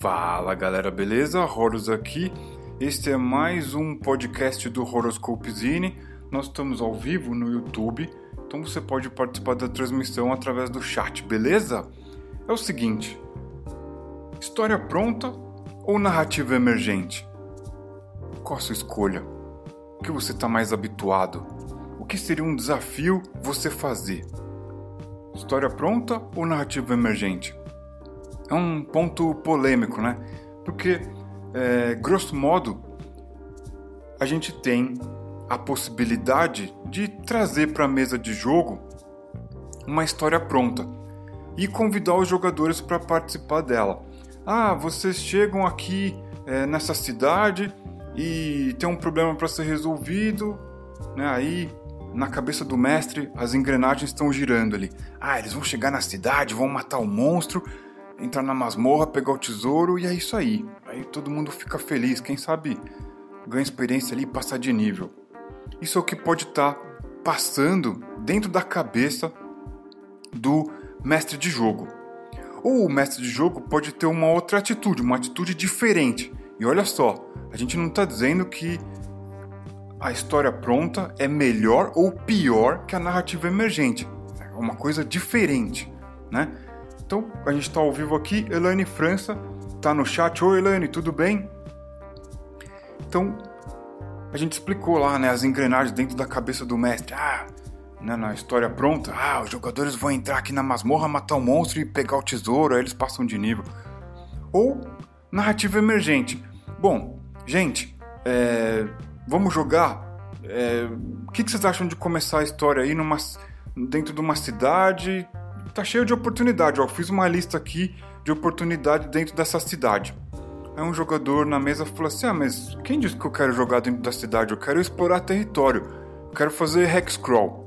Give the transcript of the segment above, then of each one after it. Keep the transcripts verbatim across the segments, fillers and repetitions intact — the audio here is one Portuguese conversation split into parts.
Fala galera, beleza? Horus aqui. Este é mais um podcast do Horoscope Zine. Nós estamos ao vivo no YouTube, então você pode participar da transmissão através do chat, beleza? É o seguinte: história pronta ou narrativa emergente? Qual a sua escolha? O que você está mais habituado? O que seria um desafio você fazer? História pronta ou narrativa emergente? É um ponto polêmico, né? Porque, é, grosso modo, a gente tem a possibilidade de trazer para a mesa de jogo uma história pronta e convidar os jogadores para participar dela. Ah, vocês chegam aqui é, nessa cidade e tem um problema para ser resolvido, né? Aí, na cabeça do mestre, as engrenagens estão girando ali. Ah, eles vão chegar na cidade, vão matar o monstro, entrar na masmorra, pegar o tesouro e é isso aí. Aí todo mundo fica feliz, quem sabe ganha experiência ali e passar de nível. Isso é o que pode estar passando dentro da cabeça do mestre de jogo. Ou o mestre de jogo pode ter uma outra atitude, uma atitude diferente. E olha só, a gente não está dizendo que a história pronta é melhor ou pior que a narrativa emergente. É uma coisa diferente, né? Então, a gente está ao vivo aqui, Elaine França está no chat. Oi, Elaine, tudo bem? Então, a gente explicou lá, né, as engrenagens dentro da cabeça do mestre. Ah, né, na história pronta, ah, os jogadores vão entrar aqui na masmorra, matar o monstro e pegar o tesouro, aí eles passam de nível. Ou narrativa emergente. Bom, gente, é, vamos jogar? É, o que, que vocês acham de começar a história aí numa, dentro de uma cidade? Tá cheio de oportunidade, ó. Fiz uma lista aqui de oportunidade dentro dessa cidade. Aí um jogador na mesa falou assim: ah, mas quem disse que eu quero jogar dentro da cidade? Eu quero explorar território, eu quero fazer hexcrawl.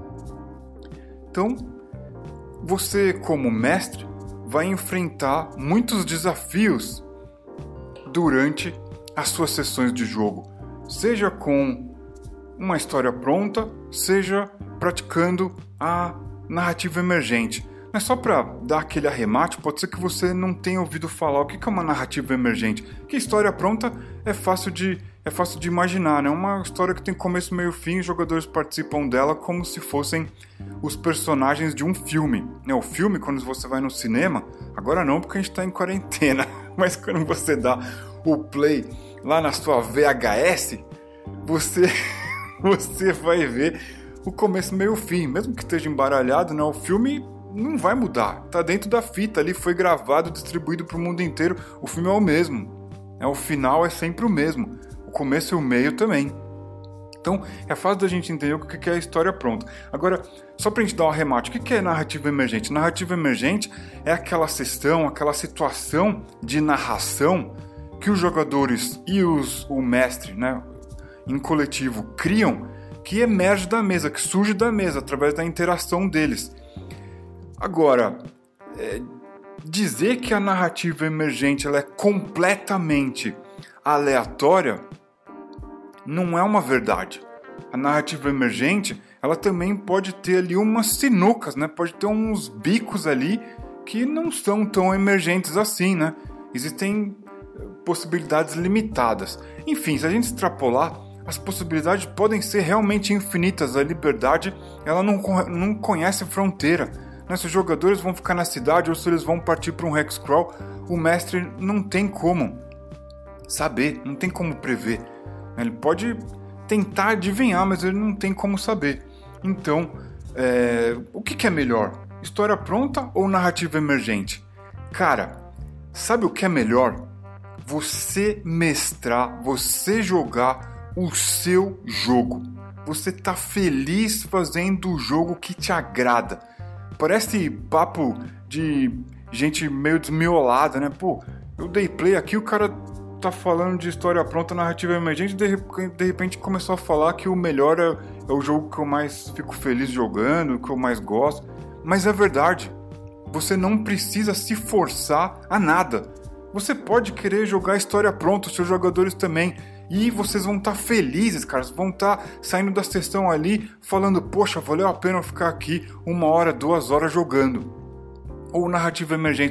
Então, você como mestre vai enfrentar muitos desafios durante as suas sessões de jogo, seja com uma história pronta, seja praticando a narrativa emergente. Mas só para dar aquele arremate, pode ser que você não tenha ouvido falar o que é uma narrativa emergente. Que história pronta é fácil de, é fácil de imaginar, né? Uma história que tem começo, meio e fim, os jogadores participam dela como se fossem os personagens de um filme. O filme, quando você vai no cinema, agora não, porque a gente está em quarentena, mas quando você dá o play lá na sua V H S, você, você vai ver o começo, meio e fim. Mesmo que esteja embaralhado, né, o filme não vai mudar. Tá dentro da fita ali, foi gravado, distribuído para o mundo inteiro. O filme é o mesmo. É, o final é sempre o mesmo. O começo e o meio também. Então, é fácil da gente entender o que é a história pronta. Agora, só pra gente dar um arremate, o que é narrativa emergente? Narrativa emergente é aquela sessão, aquela situação de narração que os jogadores e os, o mestre, né, em coletivo, criam, que emerge da mesa, que surge da mesa, através da interação deles. Agora, é, dizer que a narrativa emergente ela é completamente aleatória não é uma verdade. A narrativa emergente ela também pode ter ali umas sinucas, né? Pode ter uns bicos ali que não são tão emergentes assim, né? Existem possibilidades limitadas. Enfim, se a gente extrapolar, as possibilidades podem ser realmente infinitas. A liberdade ela não, não conhece fronteira. Né? Se os jogadores vão ficar na cidade ou se eles vão partir para um hexcrawl, o mestre não tem como saber, não tem como prever. Ele pode tentar adivinhar, mas ele não tem como saber. Então, é... o que, que é melhor? História pronta ou narrativa emergente? Cara, sabe o que é melhor? Você mestrar, você jogar o seu jogo. Você tá feliz fazendo o jogo que te agrada. Parece papo de gente meio desmiolada, né? Pô, eu dei play aqui, o cara tá falando de história pronta, narrativa emergente, de, de repente começou a falar que o melhor é, é o jogo que eu mais fico feliz jogando, que eu mais gosto. Mas é verdade. Você não precisa se forçar a nada. Você pode querer jogar a história pronta, os seus jogadores também. E vocês vão estar felizes, cara. Vão estar saindo da sessão ali falando: poxa, valeu a pena ficar aqui uma hora, duas horas jogando. Ou narrativa emergente: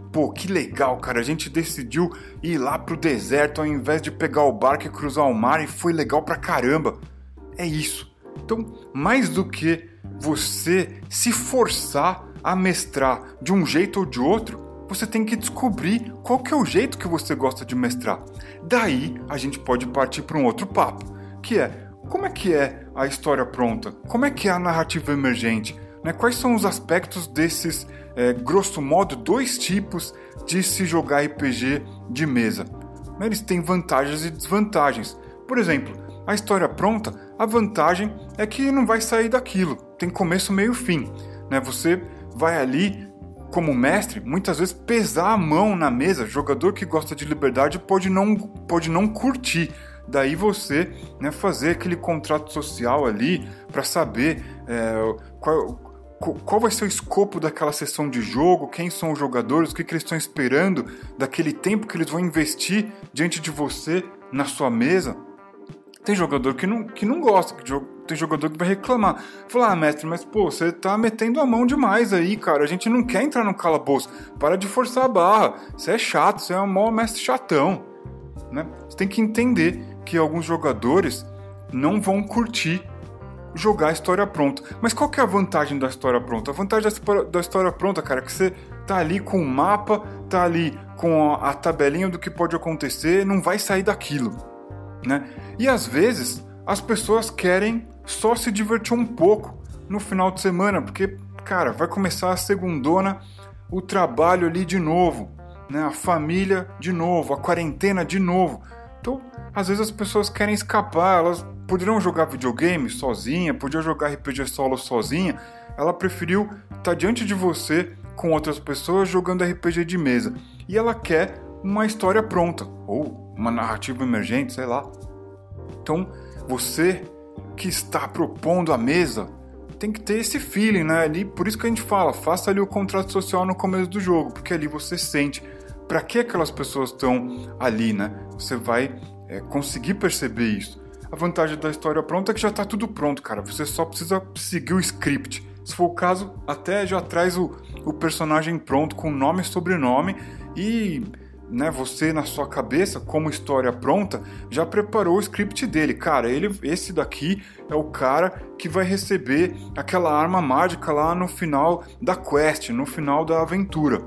pô, que legal, cara, a gente decidiu ir lá pro deserto ao invés de pegar o barco e cruzar o mar e foi legal pra caramba. É isso. Então, mais do que você se forçar a mestrar de um jeito ou de outro, você tem que descobrir qual que é o jeito que você gosta de mestrar. Daí, a gente pode partir para um outro papo, que é, como é que é a história pronta? Como é que é a narrativa emergente? Né? Quais são os aspectos desses, é, grosso modo, dois tipos de se jogar R P G de mesa? Eles têm vantagens e desvantagens. Por exemplo, a história pronta, a vantagem é que não vai sair daquilo. Tem começo, meio e fim. Né? Você vai ali, como mestre, muitas vezes pesar a mão na mesa. Jogador que gosta de liberdade pode não, pode não curtir. Daí você, né, fazer aquele contrato social ali para saber é, qual, qual vai ser o escopo daquela sessão de jogo, quem são os jogadores, o que, que eles estão esperando daquele tempo que eles vão investir diante de você na sua mesa. Tem jogador que não, que não gosta, tem jogador que vai reclamar. Falar, ah, mestre, mas pô, você tá metendo a mão demais aí, cara. A gente não quer entrar no calabouço. Para de forçar a barra. Você é chato, você é um maior mestre chatão. Né? Você tem que entender que alguns jogadores não vão curtir jogar a história pronta. Mas qual que é a vantagem da história pronta? A vantagem da história pronta, cara, é que você tá ali com o mapa, tá ali com a tabelinha do que pode acontecer, não vai sair daquilo. Né? E às vezes as pessoas querem só se divertir um pouco no final de semana, porque, cara, vai começar a segundona, o trabalho ali de novo, né? A família de novo, a quarentena de novo. Então, às vezes as pessoas querem escapar, elas poderiam jogar videogame sozinha, podiam jogar R P G solo sozinha. Ela preferiu estar diante de você com outras pessoas jogando R P G de mesa. E ela quer uma história pronta, ou uma narrativa emergente, sei lá. Então, você que está propondo a mesa tem que ter esse feeling, né? Ali, por isso que a gente fala, faça ali o contrato social no começo do jogo, porque ali você sente para que aquelas pessoas estão ali, né? Você vai é, conseguir perceber isso. A vantagem da história pronta é que já está tudo pronto, cara. Você só precisa seguir o script. Se for o caso, até já traz o, o personagem pronto com nome e sobrenome e... Né, você na sua cabeça, como história pronta, já preparou o script dele. Cara, ele, esse daqui é o cara que vai receber aquela arma mágica lá no final da quest, no final da aventura.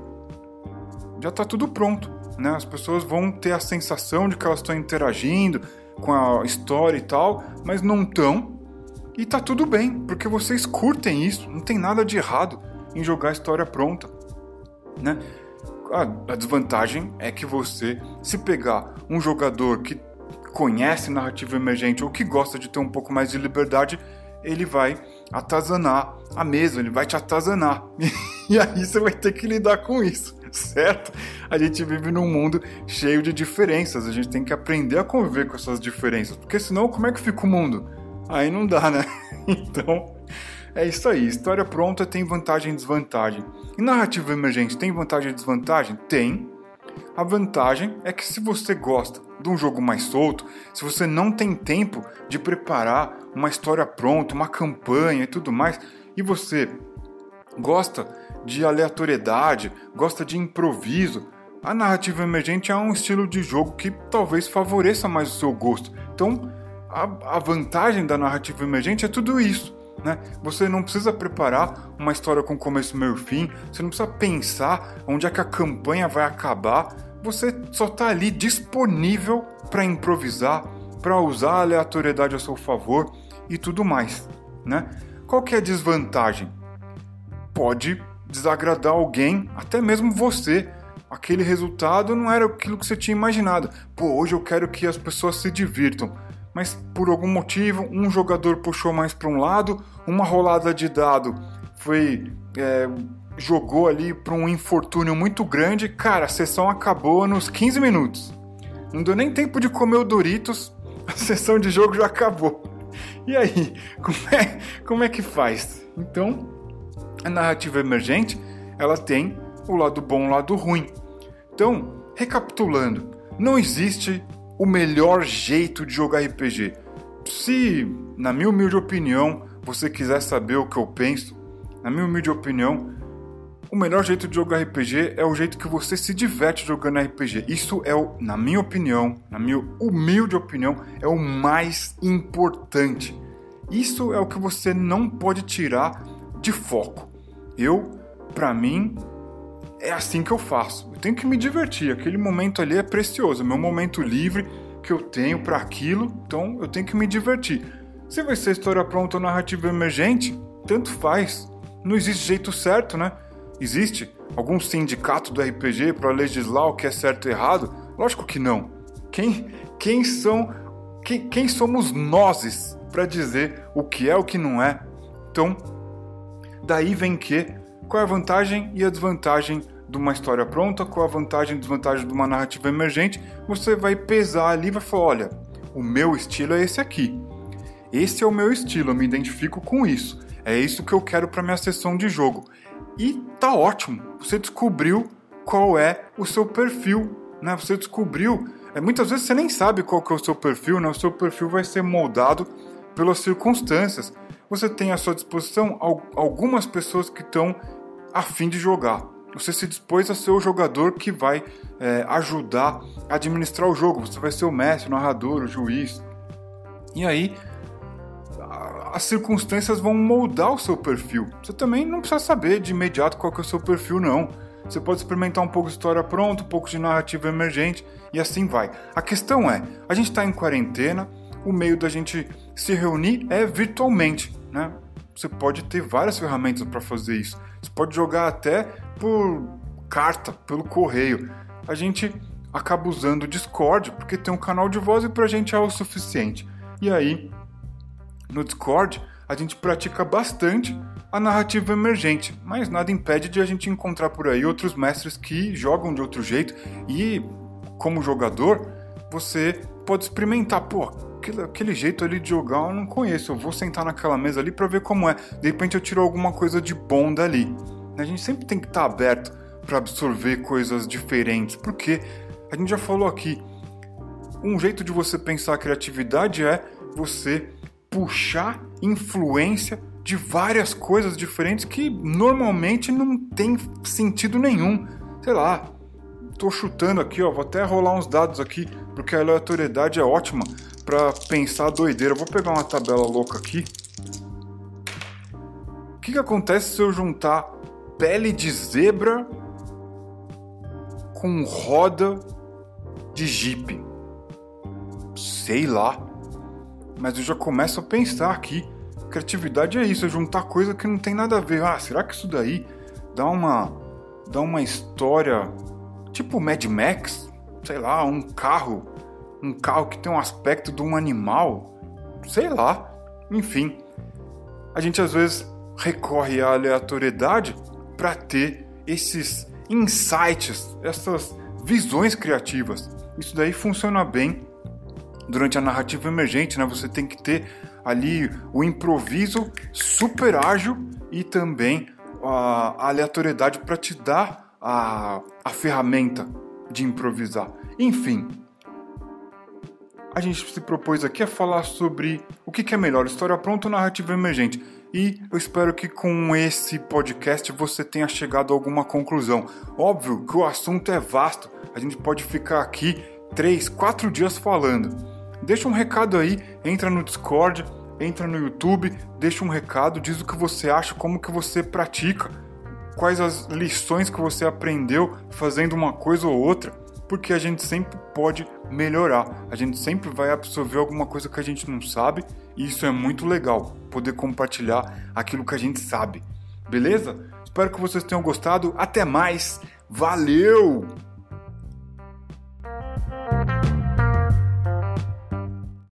Já tá tudo pronto, né? As pessoas vão ter a sensação de que elas estão interagindo com a história e tal, mas não estão. E tá tudo bem, porque vocês curtem isso. Não tem nada de errado em jogar a história pronta, né? A desvantagem é que você, se pegar um jogador que conhece narrativa emergente ou que gosta de ter um pouco mais de liberdade, ele vai atazanar a mesa, ele vai te atazanar. E aí você vai ter que lidar com isso, certo? A gente vive num mundo cheio de diferenças, a gente tem que aprender a conviver com essas diferenças, porque senão como é que fica o mundo? Aí não dá, né? Então... é isso aí, história pronta tem vantagem e desvantagem. E narrativa emergente tem vantagem e desvantagem? Tem. A vantagem é que se você gosta de um jogo mais solto, se você não tem tempo de preparar uma história pronta, uma campanha e tudo mais, e você gosta de aleatoriedade, gosta de improviso, a narrativa emergente é um estilo de jogo que talvez favoreça mais o seu gosto. Então, a, a vantagem da narrativa emergente é tudo isso. Né? Você não precisa preparar uma história com começo, meio e fim, você não precisa pensar onde é que a campanha vai acabar, você só está ali disponível para improvisar, para usar a aleatoriedade a seu favor e tudo mais. Né? Qual que é a desvantagem? Pode desagradar alguém, até mesmo você. Aquele resultado não era aquilo que você tinha imaginado. Pô, hoje eu quero que as pessoas se divirtam. Mas por algum motivo, um jogador puxou mais para um lado, uma rolada de dado foi é, jogou ali para um infortúnio muito grande. Cara, a sessão acabou nos quinze minutos. Não deu nem tempo de comer o Doritos, a sessão de jogo já acabou. E aí, como é, como é que faz? Então, a narrativa emergente, ela tem o lado bom e o lado ruim. Então, recapitulando, não existe o melhor jeito de jogar R P G. Se, na minha humilde opinião, você quiser saber o que eu penso, na minha humilde opinião, o melhor jeito de jogar R P G é o jeito que você se diverte jogando R P G. Isso é, o, na minha opinião, na minha humilde opinião, é o mais importante. Isso é o que você não pode tirar de foco. Eu, pra mim, é assim que eu faço. Eu tenho que me divertir. Aquele momento ali é precioso. É meu momento livre que eu tenho pra aquilo. Então eu tenho que me divertir. Se vai ser história pronta ou narrativa emergente, tanto faz. Não existe jeito certo, né? Existe algum sindicato do R P G para legislar o que é certo e errado? Lógico que não. Quem, quem são, quem, quem somos nós para dizer o que é o que não é? Então, daí vem que qual é a vantagem e a desvantagem de uma história pronta, qual é a vantagem e desvantagem de uma narrativa emergente? Você vai pesar ali e vai falar, olha, o meu estilo é esse aqui. Esse é o meu estilo, eu me identifico com isso. É isso que eu quero para minha sessão de jogo. E tá ótimo, você descobriu qual é o seu perfil, né? Você descobriu, é, muitas vezes você nem sabe qual que é o seu perfil, né? O seu perfil vai ser moldado pelas circunstâncias. Você tem à sua disposição algumas pessoas que estão a fim de jogar. Você se dispôs a ser o jogador que vai é, ajudar a administrar o jogo. Você vai ser o mestre, o narrador, o juiz. E aí, as circunstâncias vão moldar o seu perfil. Você também não precisa saber de imediato qual que é o seu perfil, não. Você pode experimentar um pouco de história pronta, um pouco de narrativa emergente, e assim vai. A questão é, a gente está em quarentena, o meio da gente se reunir é virtualmente, né? Você pode ter várias ferramentas para fazer isso. Você pode jogar até por carta, pelo correio. A gente acaba usando o Discord, porque tem um canal de voz e pra gente é o suficiente. E aí, no Discord, a gente pratica bastante a narrativa emergente, mas nada impede de a gente encontrar por aí outros mestres que jogam de outro jeito e, como jogador, você pode experimentar, pô, aquele, aquele jeito ali de jogar eu não conheço, eu vou sentar naquela mesa ali pra ver como é, de repente eu tiro alguma coisa de bom dali. A gente sempre tem que estar aberto para absorver coisas diferentes, porque a gente já falou aqui, um jeito de você pensar a criatividade é você puxar influência de várias coisas diferentes que normalmente não tem sentido nenhum. Sei lá, tô chutando aqui, ó, vou até rolar uns dados aqui, porque a aleatoriedade é ótima para pensar doideira. Eu vou pegar uma tabela louca aqui. O que que acontece se eu juntar pele de zebra com roda de jipe? Sei lá. Mas eu já começo a pensar aqui. Criatividade é isso, é juntar coisa que não tem nada a ver. Ah, será que isso daí dá uma, dá uma história tipo Mad Max? Sei lá, um carro, um carro que tem um aspecto de um animal? Sei lá. Enfim, a gente às vezes recorre à aleatoriedade para ter esses insights, essas visões criativas. Isso daí funciona bem durante a narrativa emergente, né? Você tem que ter ali o improviso super ágil e também a, a aleatoriedade para te dar a, a ferramenta de improvisar. Enfim, a gente se propôs aqui a falar sobre o que, que é melhor, história pronta ou narrativa emergente. E eu espero que com esse podcast você tenha chegado a alguma conclusão. Óbvio que o assunto é vasto, a gente pode ficar aqui três, quatro dias falando. Deixa um recado aí, entra no Discord, entra no YouTube, deixa um recado, diz o que você acha, como que você pratica, quais as lições que você aprendeu fazendo uma coisa ou outra, porque a gente sempre pode melhorar, a gente sempre vai absorver alguma coisa que a gente não sabe, e isso é muito legal, poder compartilhar aquilo que a gente sabe, beleza? Espero que vocês tenham gostado, até mais, valeu!